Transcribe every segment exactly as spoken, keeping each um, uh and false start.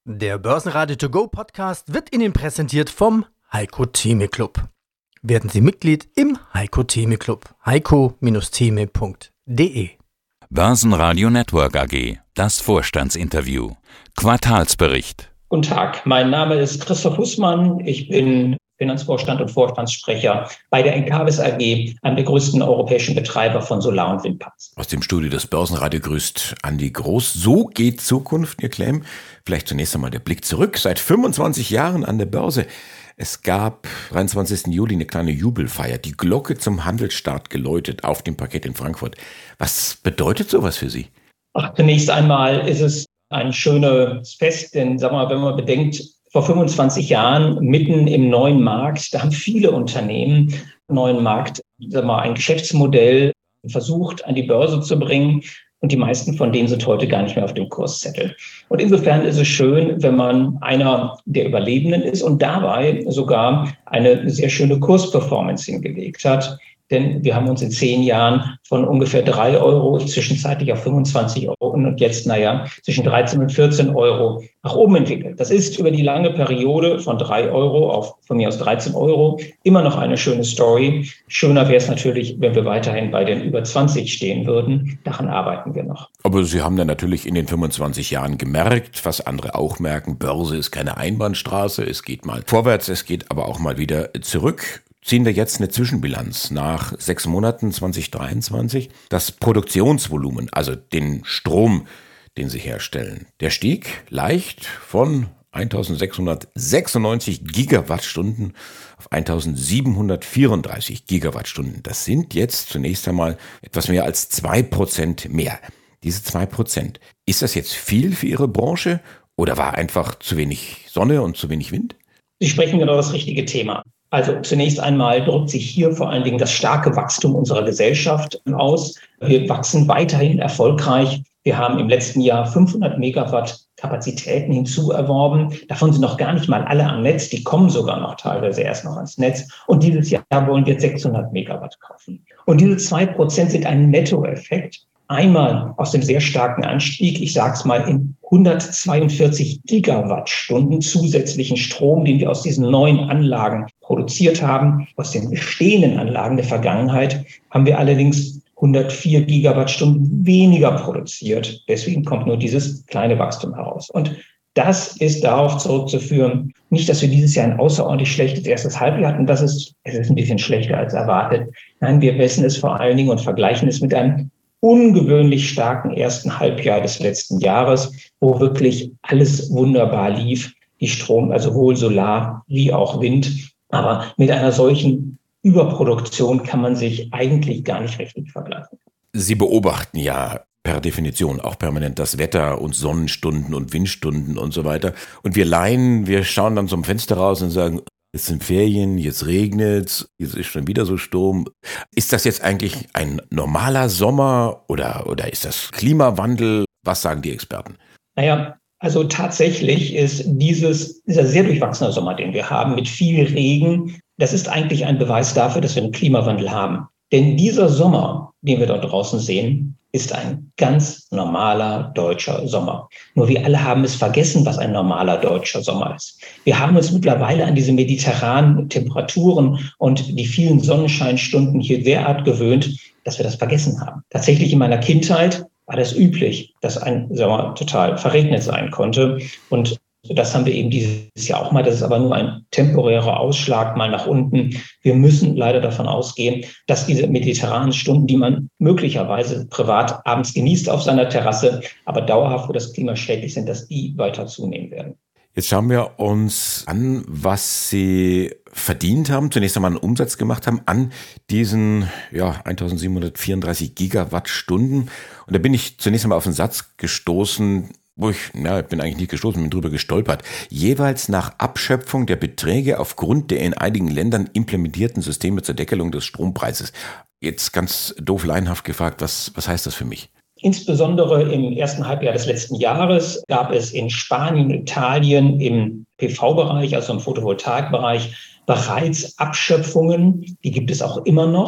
Der Börsenradio To Go Podcast wird Ihnen präsentiert vom Heiko Theme Club. Werden Sie Mitglied im Heiko Theme Club. heiko Theme punkt de. Börsenradio Network A G. Das Vorstandsinterview. Quartalsbericht. Guten Tag, mein Name ist Christoph Hußmann. Ich bin Finanzvorstand und Vorstandssprecher bei der Encavis A G, einem der größten europäischen Betreiber von Solar- und Windparks. Aus dem Studio des Börsenradio grüßt Andi Groß. So geht Zukunft, ihr Claim. Vielleicht zunächst einmal der Blick zurück. Seit fünfundzwanzig Jahren an der Börse. Es gab dreiundzwanzigsten Juli eine kleine Jubelfeier. Die Glocke zum Handelsstart geläutet auf dem Parkett in Frankfurt. Was bedeutet sowas für Sie? Ach, zunächst einmal ist es ein schönes Fest, denn sag mal, wenn man bedenkt, vor fünfundzwanzig Jahren mitten im neuen Markt, da haben viele Unternehmen im neuen Markt sag mal, ein Geschäftsmodell versucht an die Börse zu bringen. Und die meisten von denen sind heute gar nicht mehr auf dem Kurszettel. Und insofern ist es schön, wenn man einer der Überlebenden ist und dabei sogar eine sehr schöne Kursperformance hingelegt hat. Denn wir haben uns in zehn Jahren von ungefähr drei Euro zwischenzeitlich auf fünfundzwanzig Euro und jetzt, naja, zwischen dreizehn und vierzehn Euro nach oben entwickelt. Das ist über die lange Periode von drei Euro auf von mir aus dreizehn Euro immer noch eine schöne Story. Schöner wäre es natürlich, wenn wir weiterhin bei den über zwanzig stehen würden. Daran arbeiten wir noch. Aber Sie haben dann natürlich in den fünfundzwanzig Jahren gemerkt, was andere auch merken, Börse ist keine Einbahnstraße. Es geht mal vorwärts, es geht aber auch mal wieder zurück. Ziehen wir jetzt eine Zwischenbilanz nach sechs Monaten zwanzig dreiundzwanzig. Das Produktionsvolumen, also den Strom, den Sie herstellen, der stieg leicht von eintausendsechshundertsechsundneunzig Gigawattstunden auf eintausendsiebenhundertvierunddreißig Gigawattstunden. Das sind jetzt zunächst einmal etwas mehr als zwei Prozent mehr. Diese zwei Prozent, ist das jetzt viel für Ihre Branche oder war einfach zu wenig Sonne und zu wenig Wind? Sie sprechen genau das richtige Thema. Also zunächst einmal drückt sich hier vor allen Dingen das starke Wachstum unserer Gesellschaft aus. Wir wachsen weiterhin erfolgreich. Wir haben im letzten Jahr fünfhundert Megawatt Kapazitäten hinzuerworben. Davon sind noch gar nicht mal alle am Netz. Die kommen sogar noch teilweise erst noch ans Netz. Und dieses Jahr wollen wir sechshundert Megawatt kaufen. Und diese zwei Prozent sind ein Nettoeffekt. Einmal aus dem sehr starken Anstieg, ich sage es mal, in hundertzweiundvierzig Gigawattstunden zusätzlichen Strom, den wir aus diesen neuen Anlagen produziert haben. Aus den bestehenden Anlagen der Vergangenheit haben wir allerdings hundertvier Gigawattstunden weniger produziert. Deswegen kommt nur dieses kleine Wachstum heraus. Und das ist darauf zurückzuführen, nicht, dass wir dieses Jahr ein außerordentlich schlechtes erstes Halbjahr hatten. Das ist, es ist ein bisschen schlechter als erwartet. Nein, wir messen es vor allen Dingen und vergleichen es mit einem ungewöhnlich starken ersten Halbjahr des letzten Jahres, wo wirklich alles wunderbar lief. Die Strom, also sowohl Solar wie auch Wind. Aber mit einer solchen Überproduktion kann man sich eigentlich gar nicht richtig vergleichen. Sie beobachten ja per Definition auch permanent das Wetter und Sonnenstunden und Windstunden und so weiter. Und wir Laien, wir schauen dann zum Fenster raus und sagen, es sind Ferien, jetzt regnet's, jetzt ist schon wieder so Sturm. Ist das jetzt eigentlich ein normaler Sommer oder, oder ist das Klimawandel? Was sagen die Experten? Naja, also tatsächlich ist dieses, dieser sehr durchwachsene Sommer, den wir haben, mit viel Regen, das ist eigentlich ein Beweis dafür, dass wir einen Klimawandel haben. Denn dieser Sommer, den wir dort draußen sehen, ist ein ganz normaler deutscher Sommer. Nur wir alle haben es vergessen, was ein normaler deutscher Sommer ist. Wir haben uns mittlerweile an diese mediterranen Temperaturen und die vielen Sonnenscheinstunden hier derart gewöhnt, dass wir das vergessen haben. Tatsächlich in meiner Kindheit war das üblich, dass ein Sommer total verregnet sein konnte. Und das haben wir eben dieses Jahr auch mal. Das ist aber nur ein temporärer Ausschlag mal nach unten. Wir müssen leider davon ausgehen, dass diese mediterranen Stunden, die man möglicherweise privat abends genießt auf seiner Terrasse, aber dauerhaft für das Klima schädlich sind, dass die weiter zunehmen werden. Jetzt schauen wir uns an, was Sie verdient haben, zunächst einmal einen Umsatz gemacht haben an diesen ja, eintausendsiebenhundertvierunddreißig Gigawattstunden. Und da bin ich zunächst einmal auf einen Satz gestoßen, wo ich, ja, bin eigentlich nicht gestoßen, bin drüber gestolpert. Jeweils nach Abschöpfung der Beträge aufgrund der in einigen Ländern implementierten Systeme zur Deckelung des Strompreises. Jetzt ganz doof laienhaft gefragt, was, was heißt das für mich? Insbesondere im ersten Halbjahr des letzten Jahres gab es in Spanien und Italien im P V-Bereich, also im Photovoltaikbereich, bereits Abschöpfungen. Die gibt es auch immer noch.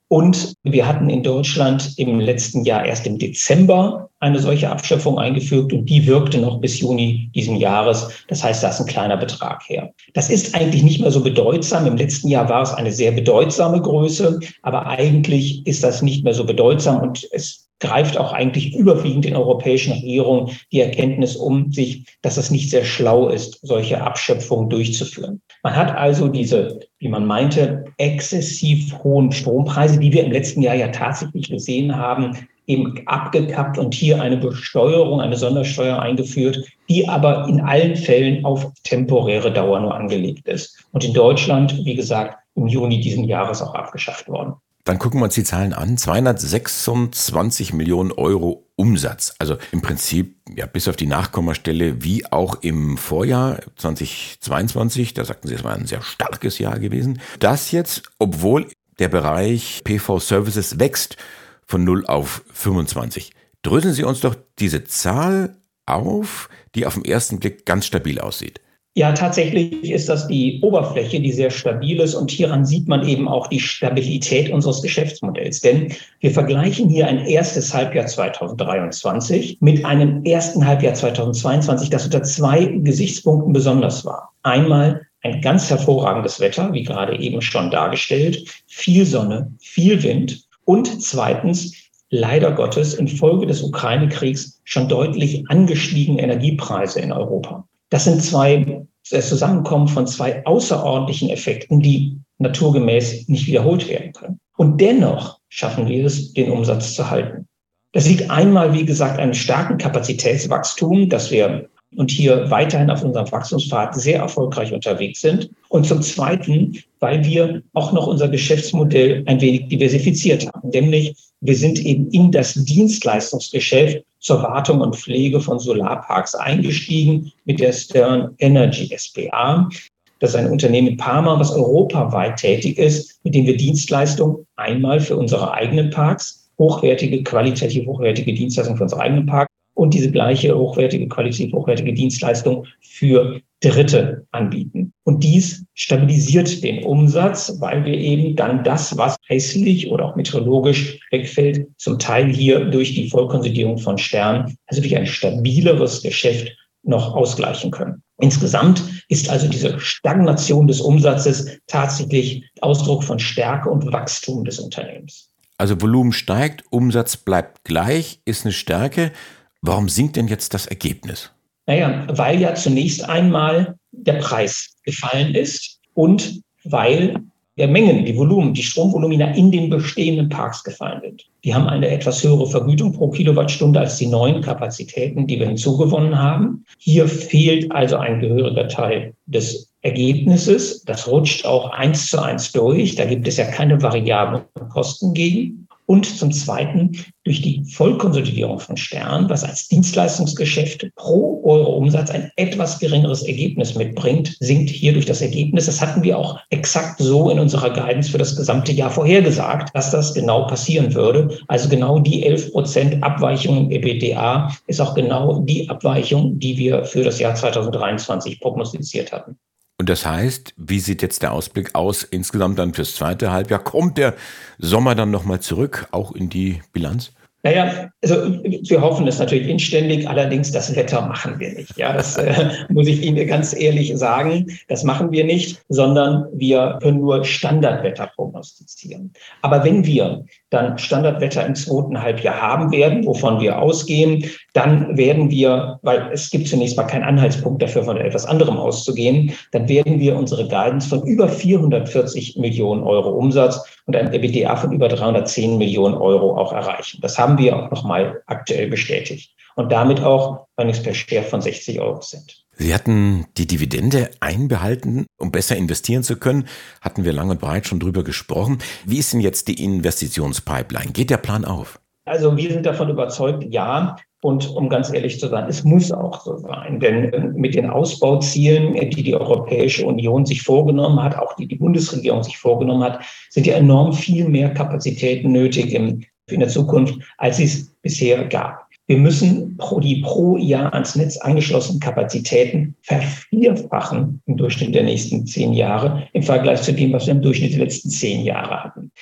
Und wir hatten in Deutschland im letzten Jahr erst im Dezember eine solche Abschöpfung eingefügt und die wirkte noch bis Juni diesen Jahres. Das heißt, da ist ein kleiner Betrag her. Das ist eigentlich nicht mehr so bedeutsam. Im letzten Jahr war es eine sehr bedeutsame Größe, aber eigentlich ist das nicht mehr so bedeutsam und es greift auch eigentlich überwiegend in europäischen Regierungen die Erkenntnis um sich, dass es nicht sehr schlau ist, solche Abschöpfungen durchzuführen. Man hat also diese, wie man meinte, exzessiv hohen Strompreise, die wir im letzten Jahr ja tatsächlich gesehen haben, eben abgekappt und hier eine Besteuerung, eine Sondersteuer eingeführt, die aber in allen Fällen auf temporäre Dauer nur angelegt ist. Und in Deutschland, wie gesagt, im Juni diesen Jahres auch abgeschafft worden. Dann gucken wir uns die Zahlen an. zweihundertsechsundzwanzig Millionen Euro Umsatz. Also im Prinzip ja bis auf die Nachkommastelle wie auch im Vorjahr zweitausendzweiundzwanzig. Da sagten Sie, es war ein sehr starkes Jahr gewesen. Das jetzt, obwohl der Bereich P V-Services wächst von null auf fünfundzwanzig. Dröseln Sie uns doch diese Zahl auf, die auf den ersten Blick ganz stabil aussieht. Ja, tatsächlich ist das die Oberfläche, die sehr stabil ist. Und hieran sieht man eben auch die Stabilität unseres Geschäftsmodells. Denn wir vergleichen hier ein erstes Halbjahr zweitausenddreiundzwanzig mit einem ersten Halbjahr zweitausendzweiundzwanzig, das unter zwei Gesichtspunkten besonders war. Einmal ein ganz hervorragendes Wetter, wie gerade eben schon dargestellt, viel Sonne, viel Wind und zweitens leider Gottes infolge des Ukraine-Kriegs schon deutlich angestiegene Energiepreise in Europa. Das sind zwei, das Zusammenkommen von zwei außerordentlichen Effekten, die naturgemäß nicht wiederholt werden können. Und dennoch schaffen wir es, den Umsatz zu halten. Das liegt einmal, wie gesagt, an einem starken Kapazitätswachstum, dass wir und hier weiterhin auf unserem Wachstumspfad sehr erfolgreich unterwegs sind. Und zum Zweiten, weil wir auch noch unser Geschäftsmodell ein wenig diversifiziert haben. Nämlich, wir sind eben in das Dienstleistungsgeschäft zur Wartung und Pflege von Solarparks eingestiegen mit der Stern Energy S p A. Das ist ein Unternehmen in Parma, was europaweit tätig ist, mit dem wir Dienstleistungen einmal für unsere eigenen Parks, hochwertige, qualitativ hochwertige Dienstleistungen für unsere eigenen Parks und diese gleiche hochwertige, qualitativ hochwertige Dienstleistung für Dritte anbieten. Und dies stabilisiert den Umsatz, weil wir eben dann das, was preislich oder auch meteorologisch wegfällt, zum Teil hier durch die Vollkonsolidierung von Stern, also durch ein stabileres Geschäft noch ausgleichen können. Insgesamt ist also diese Stagnation des Umsatzes tatsächlich Ausdruck von Stärke und Wachstum des Unternehmens. Also Volumen steigt, Umsatz bleibt gleich, ist eine Stärke. Warum sinkt denn jetzt das Ergebnis? Naja, weil ja zunächst einmal der Preis gefallen ist und weil der Mengen, die Volumen, die Stromvolumina in den bestehenden Parks gefallen sind. Die haben eine etwas höhere Vergütung pro Kilowattstunde als die neuen Kapazitäten, die wir hinzugewonnen haben. Hier fehlt also ein gehöriger Teil des Ergebnisses. Das rutscht auch eins zu eins durch. Da gibt es ja keine variablen Kosten gegen. Und zum Zweiten durch die Vollkonsolidierung von Stern, was als Dienstleistungsgeschäft pro Euro Umsatz ein etwas geringeres Ergebnis mitbringt, sinkt hierdurch das Ergebnis. Das hatten wir auch exakt so in unserer Guidance für das gesamte Jahr vorhergesagt, dass das genau passieren würde. Also genau die elf Prozent Abweichung im EBITDA ist auch genau die Abweichung, die wir für das Jahr zweitausenddreiundzwanzig prognostiziert hatten. Und das heißt, wie sieht jetzt der Ausblick aus insgesamt dann fürs zweite Halbjahr? Kommt der Sommer dann nochmal zurück, auch in die Bilanz? Naja, also wir hoffen es natürlich inständig, allerdings das Wetter machen wir nicht. Ja, das äh, muss ich Ihnen ganz ehrlich sagen. Das machen wir nicht, sondern wir können nur Standardwetter prognostizieren. Aber wenn wir dann Standardwetter im zweiten Halbjahr haben werden, wovon wir ausgehen, dann werden wir, weil es gibt zunächst mal keinen Anhaltspunkt dafür, von etwas anderem auszugehen, dann werden wir unsere Guidance von über vierhundertvierzig Millionen Euro Umsatz und einem EBITDA von über dreihundertzehn Millionen Euro auch erreichen. Das haben wir auch nochmal aktuell bestätigt. Und damit auch Earnings per Share von sechzig Euro sind. Sie hatten die Dividende einbehalten, um besser investieren zu können. Hatten wir lang und breit schon drüber gesprochen. Wie ist denn jetzt die Investitionspipeline? Geht der Plan auf? Also wir sind davon überzeugt, ja. Und um ganz ehrlich zu sein, es muss auch so sein. Denn mit den Ausbauzielen, die die Europäische Union sich vorgenommen hat, auch die die Bundesregierung sich vorgenommen hat, sind ja enorm viel mehr Kapazitäten nötig in der Zukunft, als es bisher gab. Wir müssen pro, die pro Jahr ans Netz angeschlossenen Kapazitäten vervierfachen im Durchschnitt der nächsten zehn Jahre im Vergleich zu dem, was wir im Durchschnitt der letzten zehn Jahre hatten.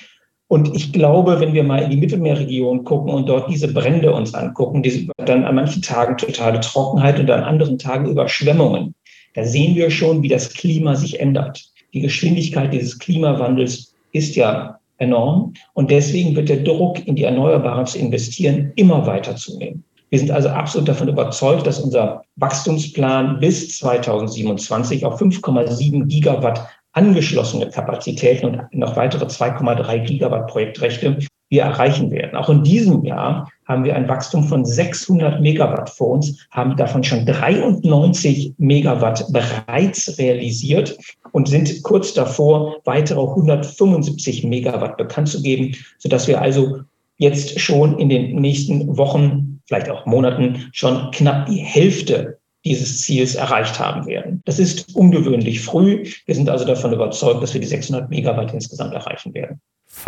Und ich glaube, wenn wir mal in die Mittelmeerregion gucken und dort diese Brände uns angucken, diese dann an manchen Tagen totale Trockenheit und an anderen Tagen Überschwemmungen, da sehen wir schon, wie das Klima sich ändert. Die Geschwindigkeit dieses Klimawandels ist ja enorm und deswegen wird der Druck, in die Erneuerbaren zu investieren, immer weiter zunehmen. Wir sind also absolut davon überzeugt, dass unser Wachstumsplan bis zweitausendsiebenundzwanzig auf fünf Komma sieben Gigawatt angeschlossene Kapazitäten und noch weitere zwei Komma drei Gigawatt Projektrechte wir erreichen werden. Auch in diesem Jahr haben wir ein Wachstum von sechshundert Megawatt vor uns, haben davon schon dreiundneunzig Megawatt bereits realisiert und sind kurz davor, weitere hundertfünfundsiebzig Megawatt bekannt zu geben, sodass wir also jetzt schon in den nächsten Wochen, vielleicht auch Monaten, schon knapp die Hälfte dieses Ziels erreicht haben werden. Das ist ungewöhnlich früh. Wir sind also davon überzeugt, dass wir die sechshundert Megawatt insgesamt erreichen werden.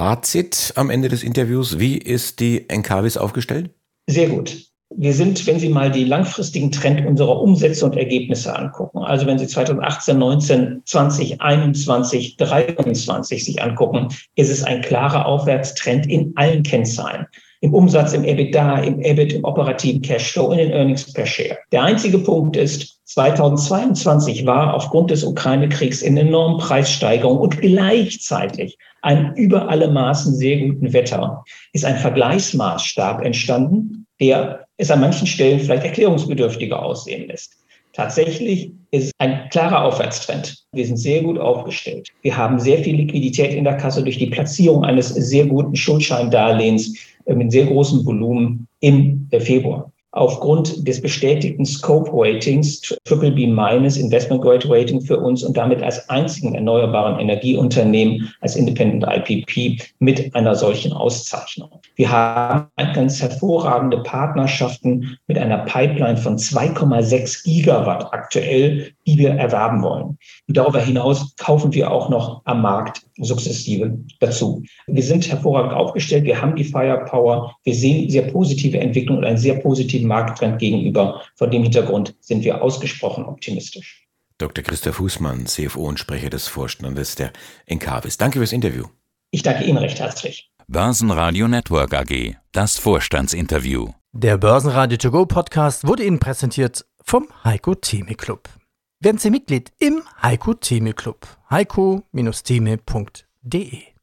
Fazit am Ende des Interviews. Wie ist die Encavis aufgestellt? Sehr gut. Wir sind, wenn Sie mal die langfristigen Trend unserer Umsätze und Ergebnisse angucken, also wenn Sie zweitausendachtzehn, neunzehn, zwanzig, einundzwanzig, dreiundzwanzig sich angucken, ist es ein klarer Aufwärtstrend in allen Kennzahlen. Im Umsatz, im EBITDA, im E B I T, im operativen Cashflow und in den Earnings per Share. Der einzige Punkt ist, zweitausendzweiundzwanzig war aufgrund des Ukraine-Kriegs in enormen Preissteigerungen und gleichzeitig einem über alle Maßen sehr guten Wetter ist ein Vergleichsmaßstab entstanden, der es an manchen Stellen vielleicht erklärungsbedürftiger aussehen lässt. Tatsächlich ist es ein klarer Aufwärtstrend. Wir sind sehr gut aufgestellt. Wir haben sehr viel Liquidität in der Kasse durch die Platzierung eines sehr guten Schuldscheindarlehens mit sehr großem Volumen im Februar. Aufgrund des bestätigten Scope-Ratings, Triple B minus Investment Grade Rating für uns und damit als einzigen erneuerbaren Energieunternehmen, als Independent I P P mit einer solchen Auszeichnung. Wir haben ganz hervorragende Partnerschaften mit einer Pipeline von zwei Komma sechs Gigawatt aktuell, die wir erwerben wollen. Und darüber hinaus kaufen wir auch noch am Markt sukzessive dazu. Wir sind hervorragend aufgestellt, wir haben die Firepower, wir sehen sehr positive Entwicklung und einen sehr positiven Markttrend gegenüber. Vor dem Hintergrund sind wir ausgesprochen optimistisch. Doktor Christoph Husmann, C F O und Sprecher des Vorstandes der Encavis. Danke fürs Interview. Ich danke Ihnen recht herzlich. Börsenradio Network A G, das Vorstandsinterview. Der Börsenradio To Go Podcast wurde Ihnen präsentiert vom Heiko Theme Club. Werden Sie Mitglied im Heiko Theme Club. heiko Bindestrich theme punkt de